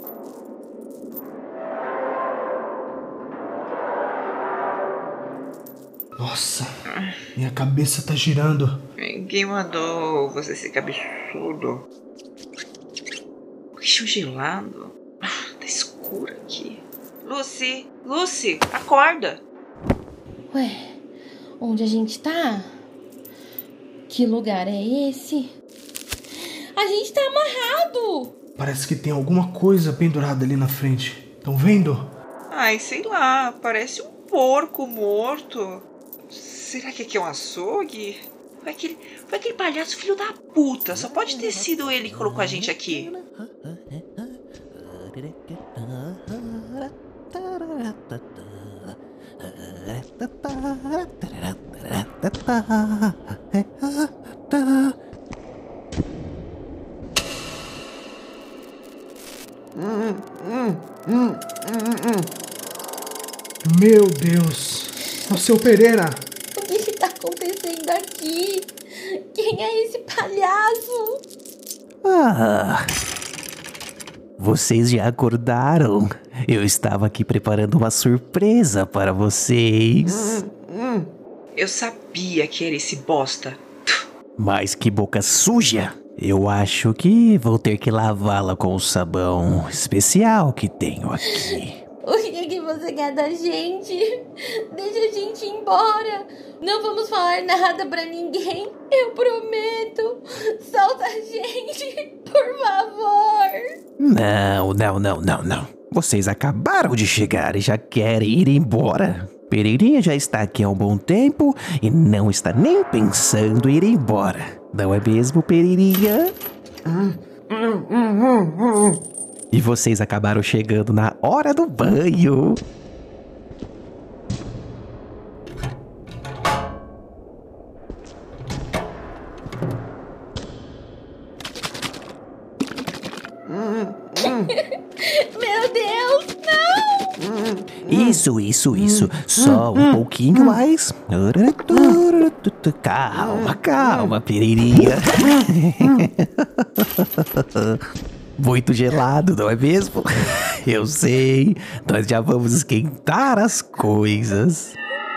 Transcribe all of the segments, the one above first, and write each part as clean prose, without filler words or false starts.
Nossa, minha cabeça tá girando. Quem mandou você ser cabeçudo? Que chão gelado. Tá escuro aqui. Lucy, acorda. Ué, onde a gente tá? Que lugar é esse? A gente tá amarrado! Parece que tem alguma coisa pendurada ali na frente. Tão vendo? Ai, sei lá, parece um porco morto. Será que aqui é um açougue? Foi aquele palhaço filho da puta. Só pode ter sido ele que colocou a gente aqui. Meu Deus! É o seu Pereira! O que tá acontecendo aqui? Quem é esse palhaço? Vocês já acordaram? Eu estava aqui preparando uma surpresa para vocês. Eu sabia que era esse bosta. Mas que boca suja! Eu acho que vou ter que lavá-la com o sabão especial que tenho aqui. O que você quer da gente? Deixa a gente ir embora. Não vamos falar nada pra ninguém. Eu prometo. Solta a gente, por favor. Não. Vocês acabaram de chegar e já querem ir embora. Pereirinha já está aqui há um bom tempo e não está nem pensando em ir embora. Não é mesmo, Pereirinha? E vocês acabaram chegando na hora do banho. Meu Deus, não! Isso. Só um pouquinho mais. Calma, Pereirinha. Muito gelado, não é mesmo? Eu sei. Nós já vamos esquentar as coisas.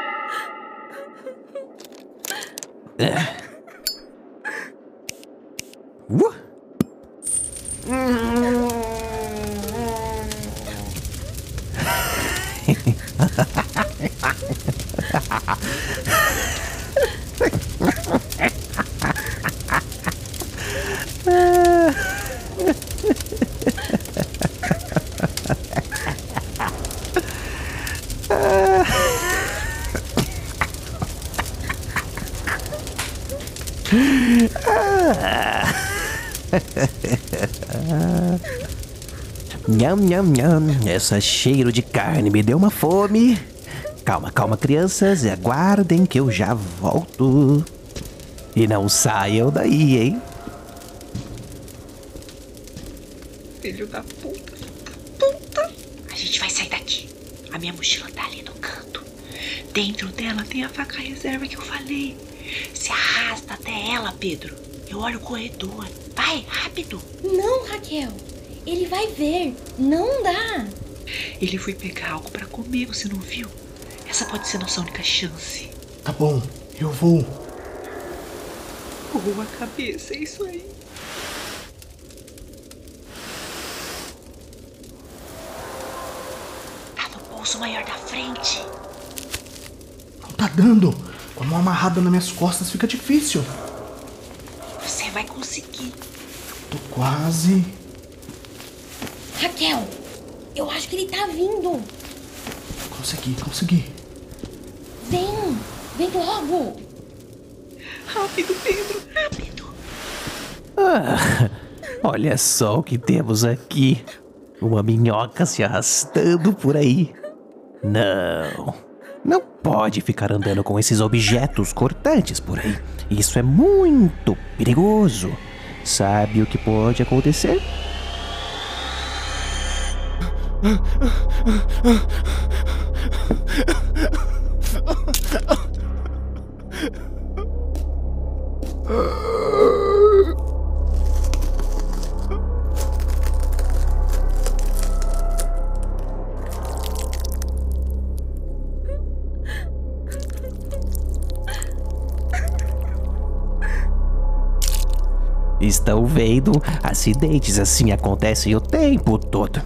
Nham. Esse cheiro de carne me deu uma fome. Calma, crianças. Aguardem que eu já volto. E não saiam daí, hein? Filho da puta. A gente vai sair daqui. A minha mochila tá ali no canto. Dentro dela tem a faca reserva que eu falei. Se arrasta até ela, Pedro. Eu olho o corredor. Vai, rápido. Não, Raquel. Ele vai ver. Não dá. Ele foi pegar algo pra comer, você não viu? Essa pode ser nossa única chance. Tá bom, eu vou. Boa cabeça, é isso aí. Tá no bolso maior da frente. Não tá dando. Com a mão amarrada nas minhas costas fica difícil. Você vai conseguir. Tô quase. Raquel, eu acho que ele tá vindo. Consegui. Vem logo. Rápido, Pedro, rápido. Olha só o que temos aqui. Uma minhoca se arrastando por aí. Não pode ficar andando com esses objetos cortantes por aí. Isso é muito perigoso. Sabe o que pode acontecer? estão vendo, acidentes assim acontecem o tempo todo.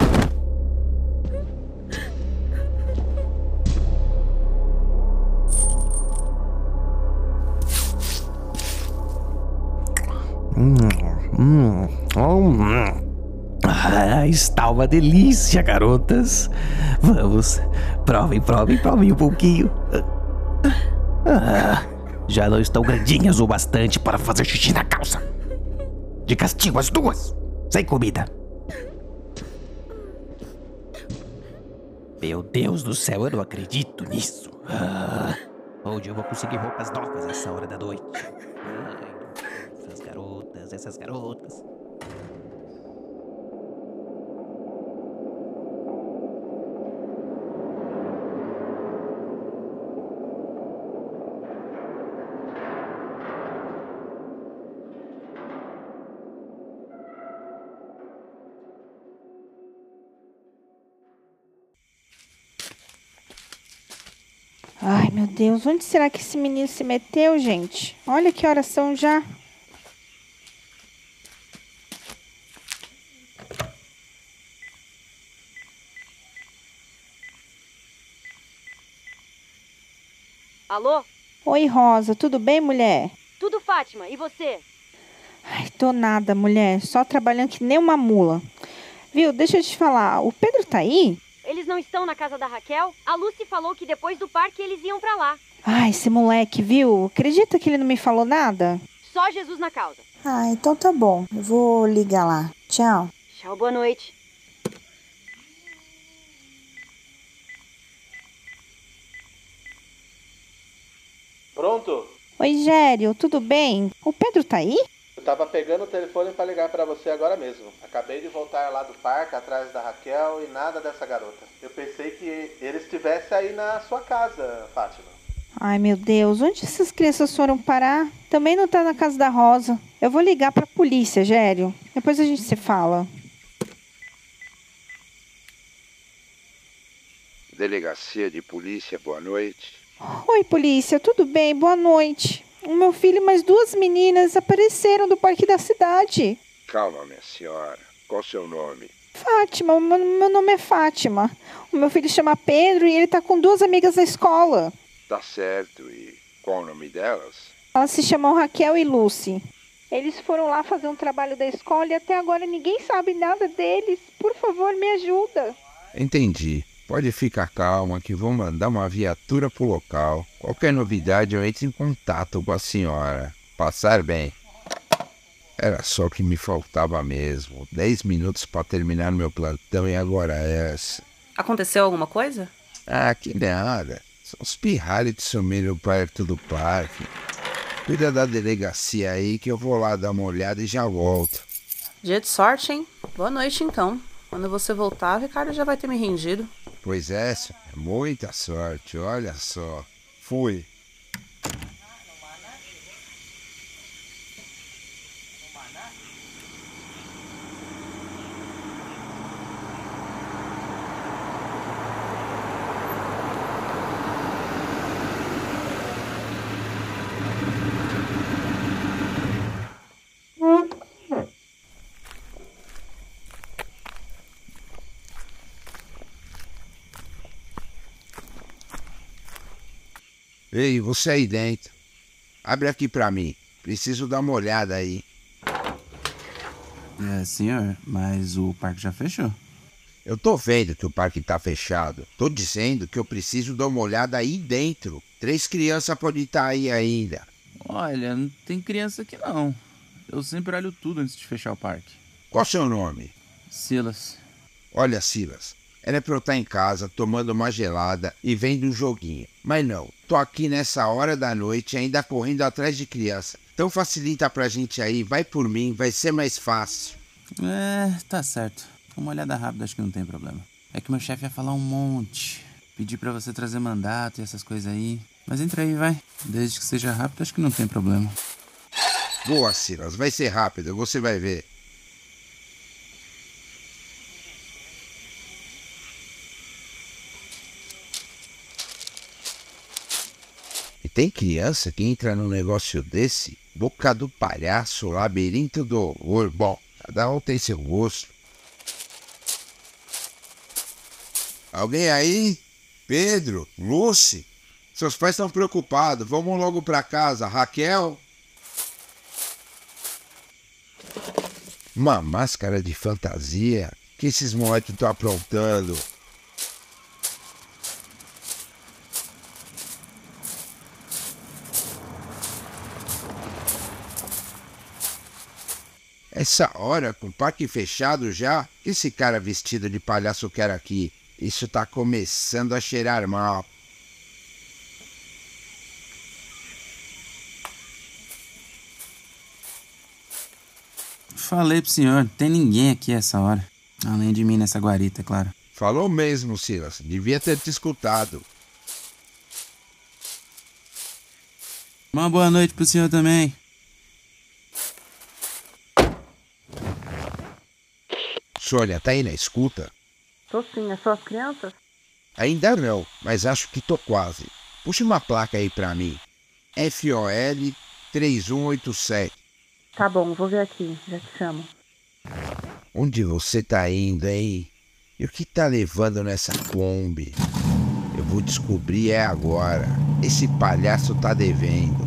Está uma delícia, garotas. Vamos, provem um pouquinho. Já não estão grandinhas o bastante para fazer xixi na calça. De castigo as duas, sem comida. Meu Deus do céu, eu não acredito nisso. Onde eu vou conseguir roupas novas essa hora da noite? Essas garotas. Ai, meu Deus, onde será que esse menino se meteu, gente? Olha que horas são já. Alô? Oi, Rosa, tudo bem, mulher? Tudo, Fátima, e você? Ai, tô nada, mulher, só trabalhando que nem uma mula. Viu, deixa eu te falar, o Pedro tá aí? Eles não estão na casa da Raquel? A Lucy falou que depois do parque eles iam pra lá. Ai, esse moleque, viu? Acredita que ele não me falou nada? Só Jesus na causa. Ah, então tá bom. Eu vou ligar lá. Tchau. Tchau, boa noite. Pronto? Oi, Gério, tudo bem? O Pedro tá aí? Eu tava pegando o telefone pra ligar pra você agora mesmo. Acabei de voltar lá do parque, atrás da Raquel, e nada dessa garota. Eu pensei que ele estivesse aí na sua casa, Fátima. Ai, meu Deus, onde essas crianças foram parar? Também não tá na casa da Rosa. Eu vou ligar pra polícia, Gério. Depois a gente se fala. Delegacia de polícia, boa noite. Oi, polícia, tudo bem? Boa noite. O meu filho e mais duas meninas apareceram do parque da cidade. Calma, minha senhora. Qual o seu nome? Fátima, meu nome é Fátima. O meu filho chama Pedro e ele tá com duas amigas da escola. Tá certo. E qual o nome delas? Elas se chamam Raquel e Lucy. Eles foram lá fazer um trabalho da escola e até agora ninguém sabe nada deles. Por favor, me ajuda. Entendi. Pode ficar calma que vou mandar uma viatura pro local. Qualquer novidade eu entro em contato com a senhora. Passar bem. Era só o que me faltava mesmo. 10 minutos para terminar meu plantão e agora essa. Aconteceu alguma coisa? Ah, que nada. São os pirralhos que sumiram perto do parque. Cuida da delegacia aí que eu vou lá dar uma olhada e já volto. Dia de sorte, hein? Boa noite, então. Quando você voltar, o Ricardo já vai ter me rendido. Pois é, muita sorte, olha só. Fui. Ei, você aí dentro. Abre aqui pra mim. Preciso dar uma olhada aí. Senhor, mas o parque já fechou. Eu tô vendo que o parque tá fechado. Tô dizendo que eu preciso dar uma olhada aí dentro. 3 crianças podem estar aí ainda. Olha, não tem criança aqui não. Eu sempre olho tudo antes de fechar o parque. Qual seu nome? Silas. Olha, Silas, era pra eu estar em casa tomando uma gelada e vendo um joguinho. Mas não, tô aqui nessa hora da noite ainda correndo atrás de criança. Então facilita pra gente aí, vai por mim, vai ser mais fácil. Tá certo. Uma olhada rápida, acho que não tem problema. É que meu chefe ia falar um monte. Pedir pra você trazer mandato e essas coisas aí. Mas entra aí, vai. Desde que seja rápido, acho que não tem problema. Boa, Silas, vai ser rápido, você vai ver. E tem criança que entra num negócio desse Boca do Palhaço, Labirinto do Horror. Bom, cada um tem seu gosto. Alguém aí? Pedro? Lucy? Seus pais estão preocupados. Vamos logo pra casa. Raquel? Uma máscara de fantasia? Que esses moleques estão aprontando? Essa hora, com o parque fechado já, que esse cara vestido de palhaço quer aqui? Isso tá começando a cheirar mal. Falei pro senhor, não tem ninguém aqui essa hora. Além de mim nessa guarita, é claro. Falou mesmo, Silas. Devia ter te escutado. Uma boa noite pro senhor também. Sônia, tá aí na escuta? Tô sim, é só as crianças? Ainda não, mas acho que tô quase. Puxa uma placa aí pra mim. FOL 3187. Tá bom, vou ver aqui, já te chamo. Onde você tá indo, hein? E o que tá levando nessa Kombi? Eu vou descobrir agora. Esse palhaço tá devendo.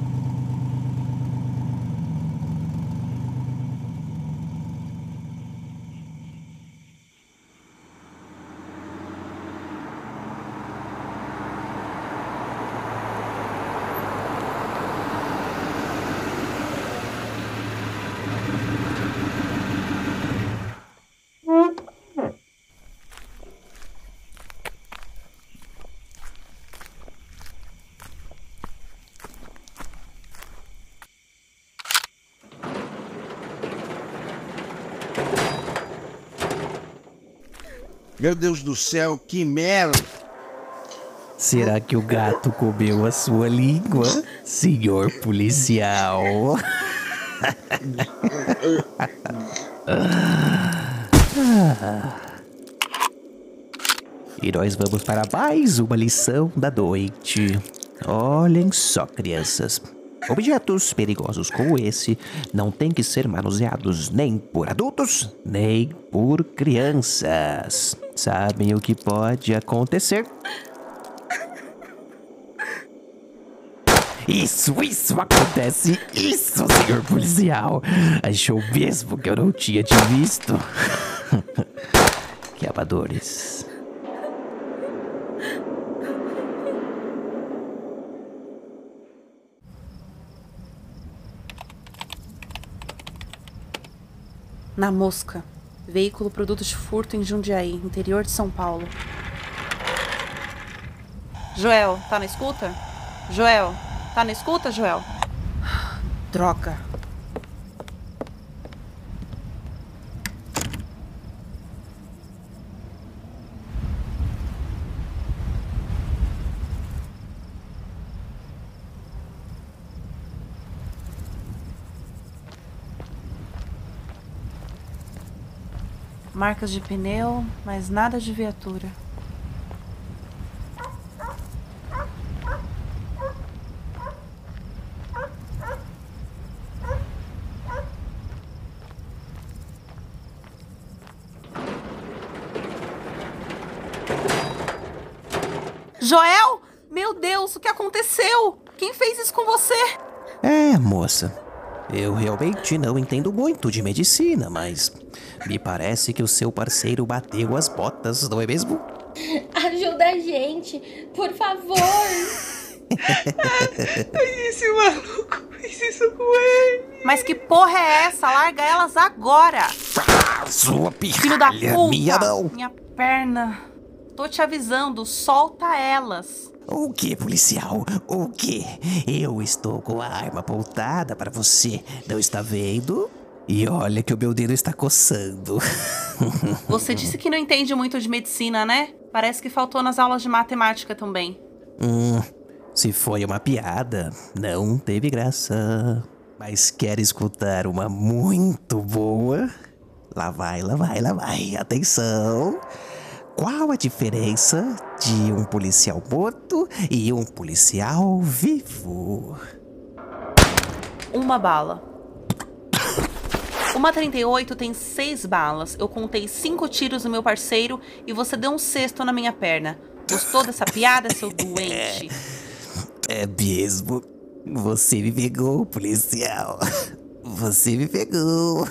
Meu Deus do céu, que merda! Será que o gato comeu a sua língua, senhor policial? E nós vamos para mais uma lição da noite. Olhem só, crianças. Objetos perigosos como esse não têm que ser manuseados nem por adultos, nem por crianças. Sabem o que pode acontecer? Isso acontece, isso, senhor policial. Achou mesmo que eu não tinha te visto? Que amadores. Na Mosca. Veículo produto de furto em Jundiaí, interior de São Paulo. Joel, tá na escuta? Joel, tá na escuta, Joel? Droga. Marcas de pneu, mas nada de viatura. Joel! Meu Deus, o que aconteceu? Quem fez isso com você? É, moça. Eu realmente não entendo muito de medicina, mas me parece que o seu parceiro bateu as botas, não é mesmo? Ajuda a gente, por favor. Esse maluco fez isso com ele. Mas que porra é essa? Larga elas agora! Sua pirralha, Filho da puta! minha mão! Minha perna! Tô te avisando, solta elas! O que, policial? O que? Eu estou com a arma apontada para você, não está vendo? E olha que o meu dedo está coçando. Você disse que não entende muito de medicina, né? Parece que faltou nas aulas de matemática também. Se foi uma piada, não teve graça. Mas quer escutar uma muito boa? Lá vai, lá vai, lá vai. Atenção! Qual a diferença de um policial morto e um policial vivo? uma bala. Uma 38 tem 6 balas. Eu contei 5 tiros no meu parceiro e você deu um cesto na minha perna. Gostou dessa piada, seu doente? É mesmo. Você me pegou, policial. Você me pegou.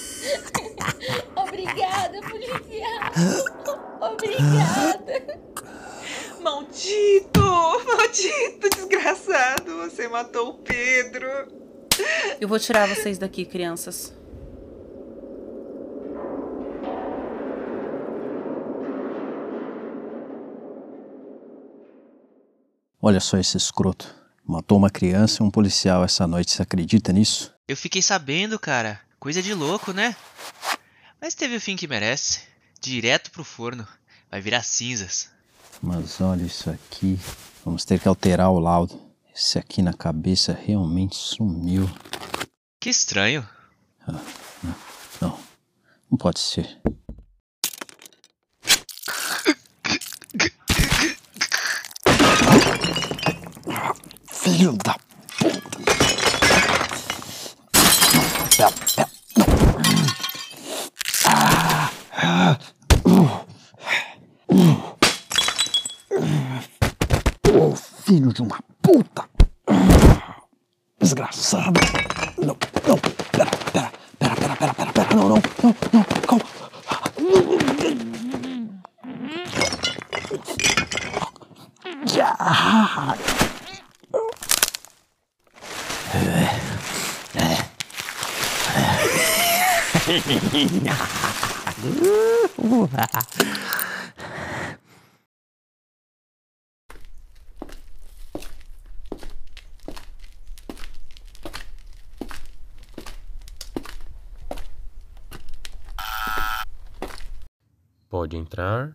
Obrigada, policial. Obrigada. Maldito, desgraçado. Você matou o Pedro. Eu vou tirar vocês daqui, crianças. Olha só esse escroto. Matou uma criança e um policial essa noite. Você acredita nisso? Eu fiquei sabendo, cara. Coisa de louco, né? Mas teve o fim que merece. Direto pro forno. Vai virar cinzas. Mas olha isso aqui. Vamos ter que alterar o laudo. Esse aqui na cabeça realmente sumiu. Que estranho. Não pode ser. Filho da puta. Ô, filho de uma puta. Desgraçado. Não, pera. Não, calma. Pode entrar.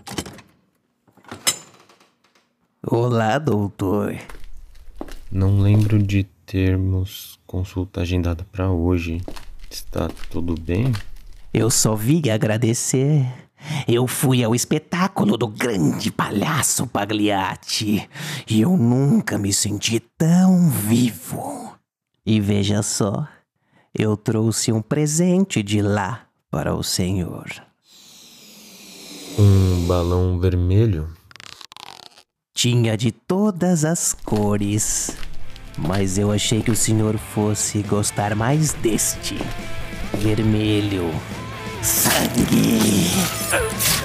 Olá, doutor. Não lembro de termos consulta agendada para hoje. Está tudo bem? Eu só vim agradecer. Eu fui ao espetáculo do grande palhaço Pagliatti e eu nunca me senti tão vivo. E veja só, eu trouxe um presente de lá para o senhor. Um balão vermelho? Tinha de todas as cores, mas eu achei que o senhor fosse gostar mais deste. Vermelho. Sangue.